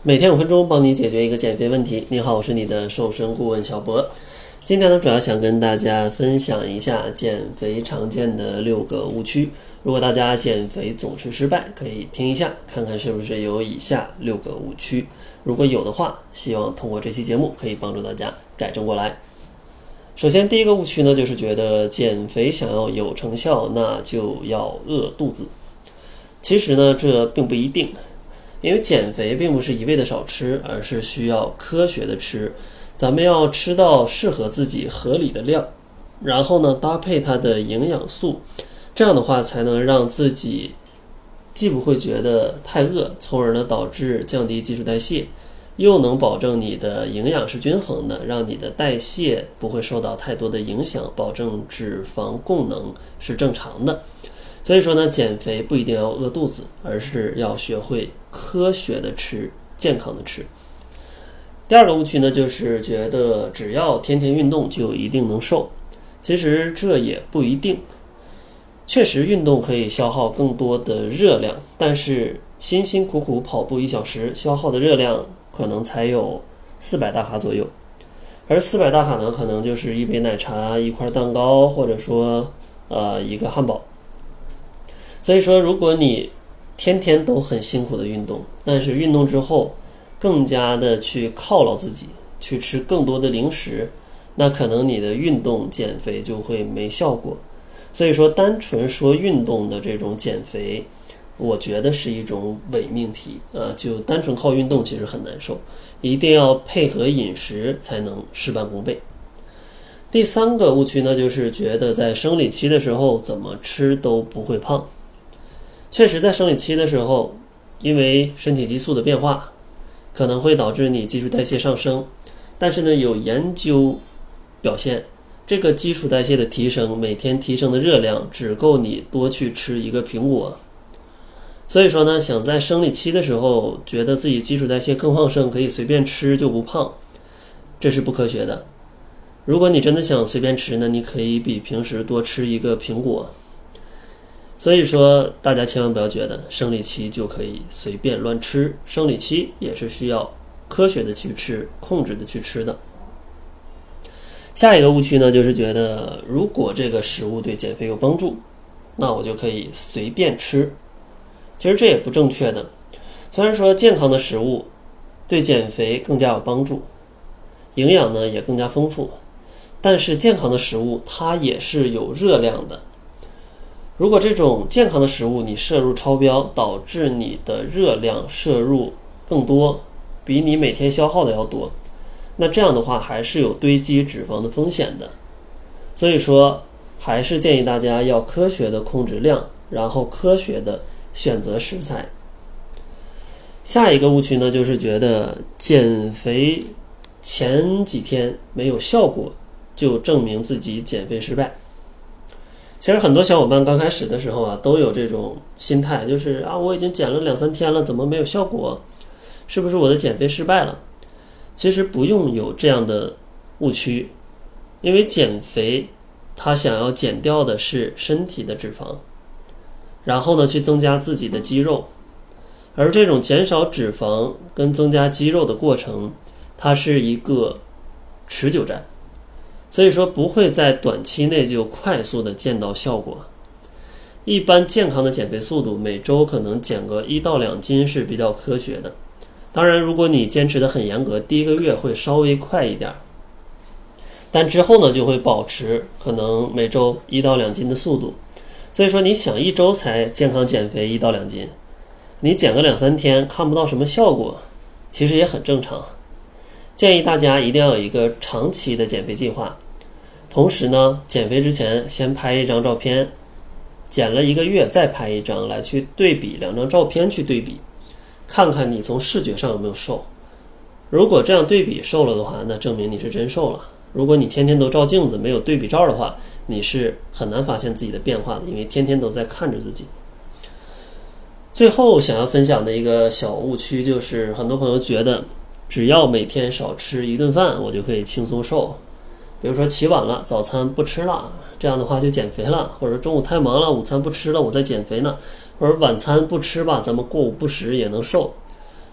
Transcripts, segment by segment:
每天5分钟帮你解决一个减肥问题。你好，我是你的瘦身顾问小博。今天呢，主要想跟大家分享一下减肥常见的6个误区。如果大家减肥总是失败，可以听一下，看看是不是有以下6个误区。如果有的话，希望通过这期节目可以帮助大家改正过来。首先，第一个误区呢，就是觉得减肥想要有成效，那就要饿肚子。其实呢，这并不一定。因为减肥并不是一味的少吃，而是需要科学的吃。咱们要吃到适合自己合理的量，然后呢搭配它的营养素，这样的话才能让自己既不会觉得太饿，从而呢导致降低基础代谢，又能保证你的营养是均衡的，让你的代谢不会受到太多的影响，保证脂肪供能是正常的。所以说呢，减肥不一定要饿肚子，而是要学会科学的吃，健康的吃。第二个误区呢，就是觉得只要天天运动就一定能瘦。其实这也不一定。确实运动可以消耗更多的热量，但是辛辛苦苦跑步1小时，消耗的热量可能才有400大卡左右。而400大卡呢，可能就是一杯奶茶、一块蛋糕，或者说一个汉堡。所以说，如果你天天都很辛苦的运动，但是运动之后更加的去犒劳自己，去吃更多的零食，那可能你的运动减肥就会没效果。所以说，单纯说运动的这种减肥，我觉得是一种伪命题就单纯靠运动其实很难受，一定要配合饮食才能事半功倍。第3个误区呢，就是觉得在生理期的时候怎么吃都不会胖。确实，在生理期的时候，因为身体激素的变化，可能会导致你基础代谢上升。但是呢，有研究表现，这个基础代谢的提升，每天提升的热量只够你多去吃1个苹果。所以说呢，想在生理期的时候觉得自己基础代谢更旺盛，可以随便吃就不胖，这是不科学的。如果你真的想随便吃呢，你可以比平时多吃1个苹果。所以说大家千万不要觉得生理期就可以随便乱吃，生理期也是需要科学的去吃，控制的去吃的。下一个误区呢，就是觉得如果这个食物对减肥有帮助，那我就可以随便吃。其实这也不正确的。虽然说健康的食物对减肥更加有帮助，营养呢也更加丰富，但是健康的食物它也是有热量的。如果这种健康的食物你摄入超标，导致你的热量摄入更多，比你每天消耗的要多，那这样的话还是有堆积脂肪的风险的。所以说还是建议大家要科学的控制量，然后科学的选择食材。下一个误区呢，就是觉得减肥前几天没有效果就证明自己减肥失败。其实很多小伙伴刚开始的时候都有这种心态，就是我已经减了2-3天了，怎么没有效果？是不是我的减肥失败了？其实不用有这样的误区，因为减肥它想要减掉的是身体的脂肪，然后呢去增加自己的肌肉，而这种减少脂肪跟增加肌肉的过程，它是一个持久战。所以说不会在短期内就快速的见到效果。一般健康的减肥速度，每周可能减个1到2斤是比较科学的。当然如果你坚持的很严格，第1个月会稍微快一点，但之后呢就会保持可能每周1到2斤的速度。所以说你想1周才健康减肥1到2斤，你减个2-3天看不到什么效果，其实也很正常。建议大家一定要有一个长期的减肥计划。同时呢，减肥之前先拍1张照片，减了1个月再拍1张，来去对比2张照片去对比，看看你从视觉上有没有瘦。如果这样对比瘦了的话，那证明你是真瘦了。如果你天天都照镜子没有对比照的话，你是很难发现自己的变化的，因为天天都在看着自己。最后想要分享的一个小误区，就是很多朋友觉得只要每天少吃1顿饭，我就可以轻松瘦。比如说起晚了，早餐不吃了，这样的话就减肥了；或者中午太忙了，午餐不吃了，我在减肥呢；或者晚餐不吃吧，咱们过午不食也能瘦。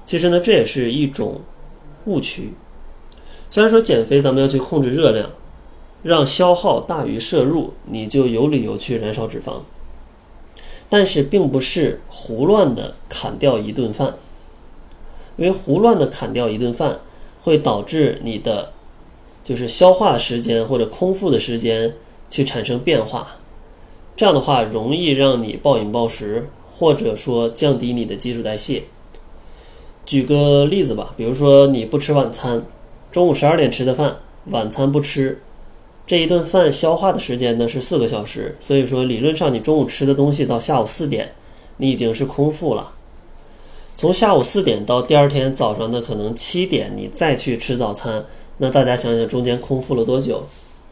其实呢，这也是一种误区。虽然说减肥咱们要去控制热量，让消耗大于摄入，你就有理由去燃烧脂肪，但是并不是胡乱的砍掉一顿饭，因为胡乱的砍掉一顿饭会导致你的就是消化时间或者空腹的时间去产生变化，这样的话容易让你暴饮暴食，或者说降低你的基础代谢。举个例子吧，比如说你不吃晚餐，中午12点吃的饭，晚餐不吃，这一顿饭消化的时间呢是4个小时，所以说理论上你中午吃的东西到下午4点，你已经是空腹了。从下午4点到第二天早上的可能7点，你再去吃早餐，那大家想想中间空腹了多久？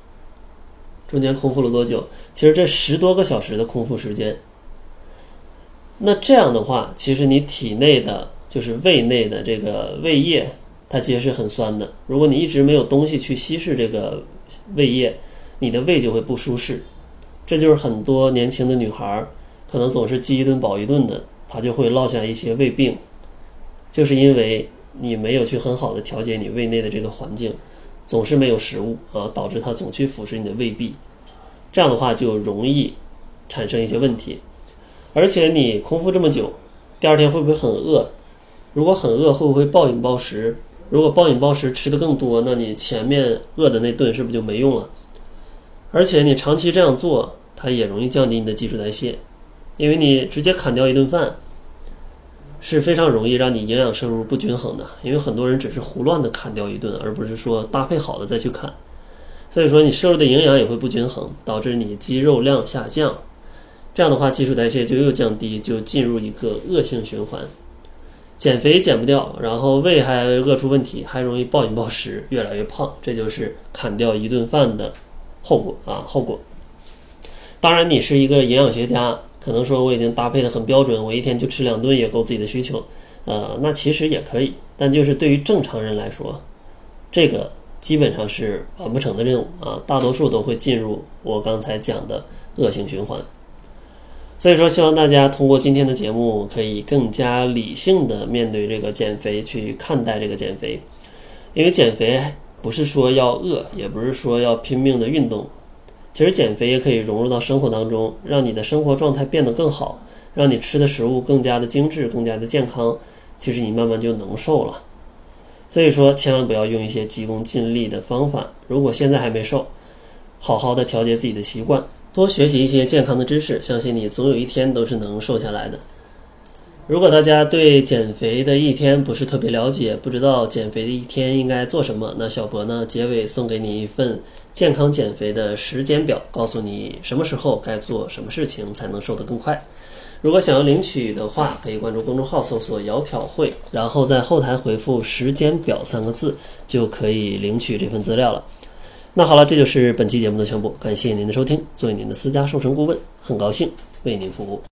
其实这10多个小时的空腹时间。那这样的话，其实你体内的就是胃内的这个胃液，它其实是很酸的。如果你一直没有东西去稀释这个胃液，你的胃就会不舒适。这就是很多年轻的女孩可能总是饥一顿饱一顿的，她就会落下一些胃病，就是因为你没有去很好的调节你胃内的这个环境，总是没有食物导致它总去腐蚀你的胃壁，这样的话就容易产生一些问题。而且你空腹这么久，第二天会不会很饿？如果很饿，会不会暴饮暴食？如果暴饮暴食吃的更多，那你前面饿的那顿是不是就没用了？而且你长期这样做，它也容易降低你的基础代谢，因为你直接砍掉一顿饭是非常容易让你营养摄入不均衡的，因为很多人只是胡乱的砍掉一顿，而不是说搭配好的再去砍，所以说你摄入的营养也会不均衡，导致你肌肉量下降，这样的话基础代谢就又降低，就进入一个恶性循环。减肥减不掉，然后胃还饿出问题，还容易暴饮暴食，越来越胖，这就是砍掉一顿饭的后果。当然你是一个营养学家，可能说我已经搭配的很标准，我一天就吃2顿也够自己的需求，那其实也可以，但就是对于正常人来说，这个基本上是完不成的任务大多数都会进入我刚才讲的恶性循环。所以说希望大家通过今天的节目可以更加理性的面对这个减肥，去看待这个减肥。因为减肥不是说要饿，也不是说要拼命的运动，其实减肥也可以融入到生活当中，让你的生活状态变得更好，让你吃的食物更加的精致，更加的健康，其实你慢慢就能瘦了。所以说千万不要用一些急功近利的方法，如果现在还没瘦，好好的调节自己的习惯，多学习一些健康的知识，相信你总有一天都是能瘦下来的。如果大家对减肥的一天不是特别了解，不知道减肥的一天应该做什么，那小博呢结尾送给你一份健康减肥的时间表，告诉你什么时候该做什么事情才能瘦得更快。如果想要领取的话，可以关注公众号搜索窈窕会，然后在后台回复时间表3个字，就可以领取这份资料了。那好了，这就是本期节目的全部，感谢您的收听。作为您的私家瘦身顾问，很高兴为您服务。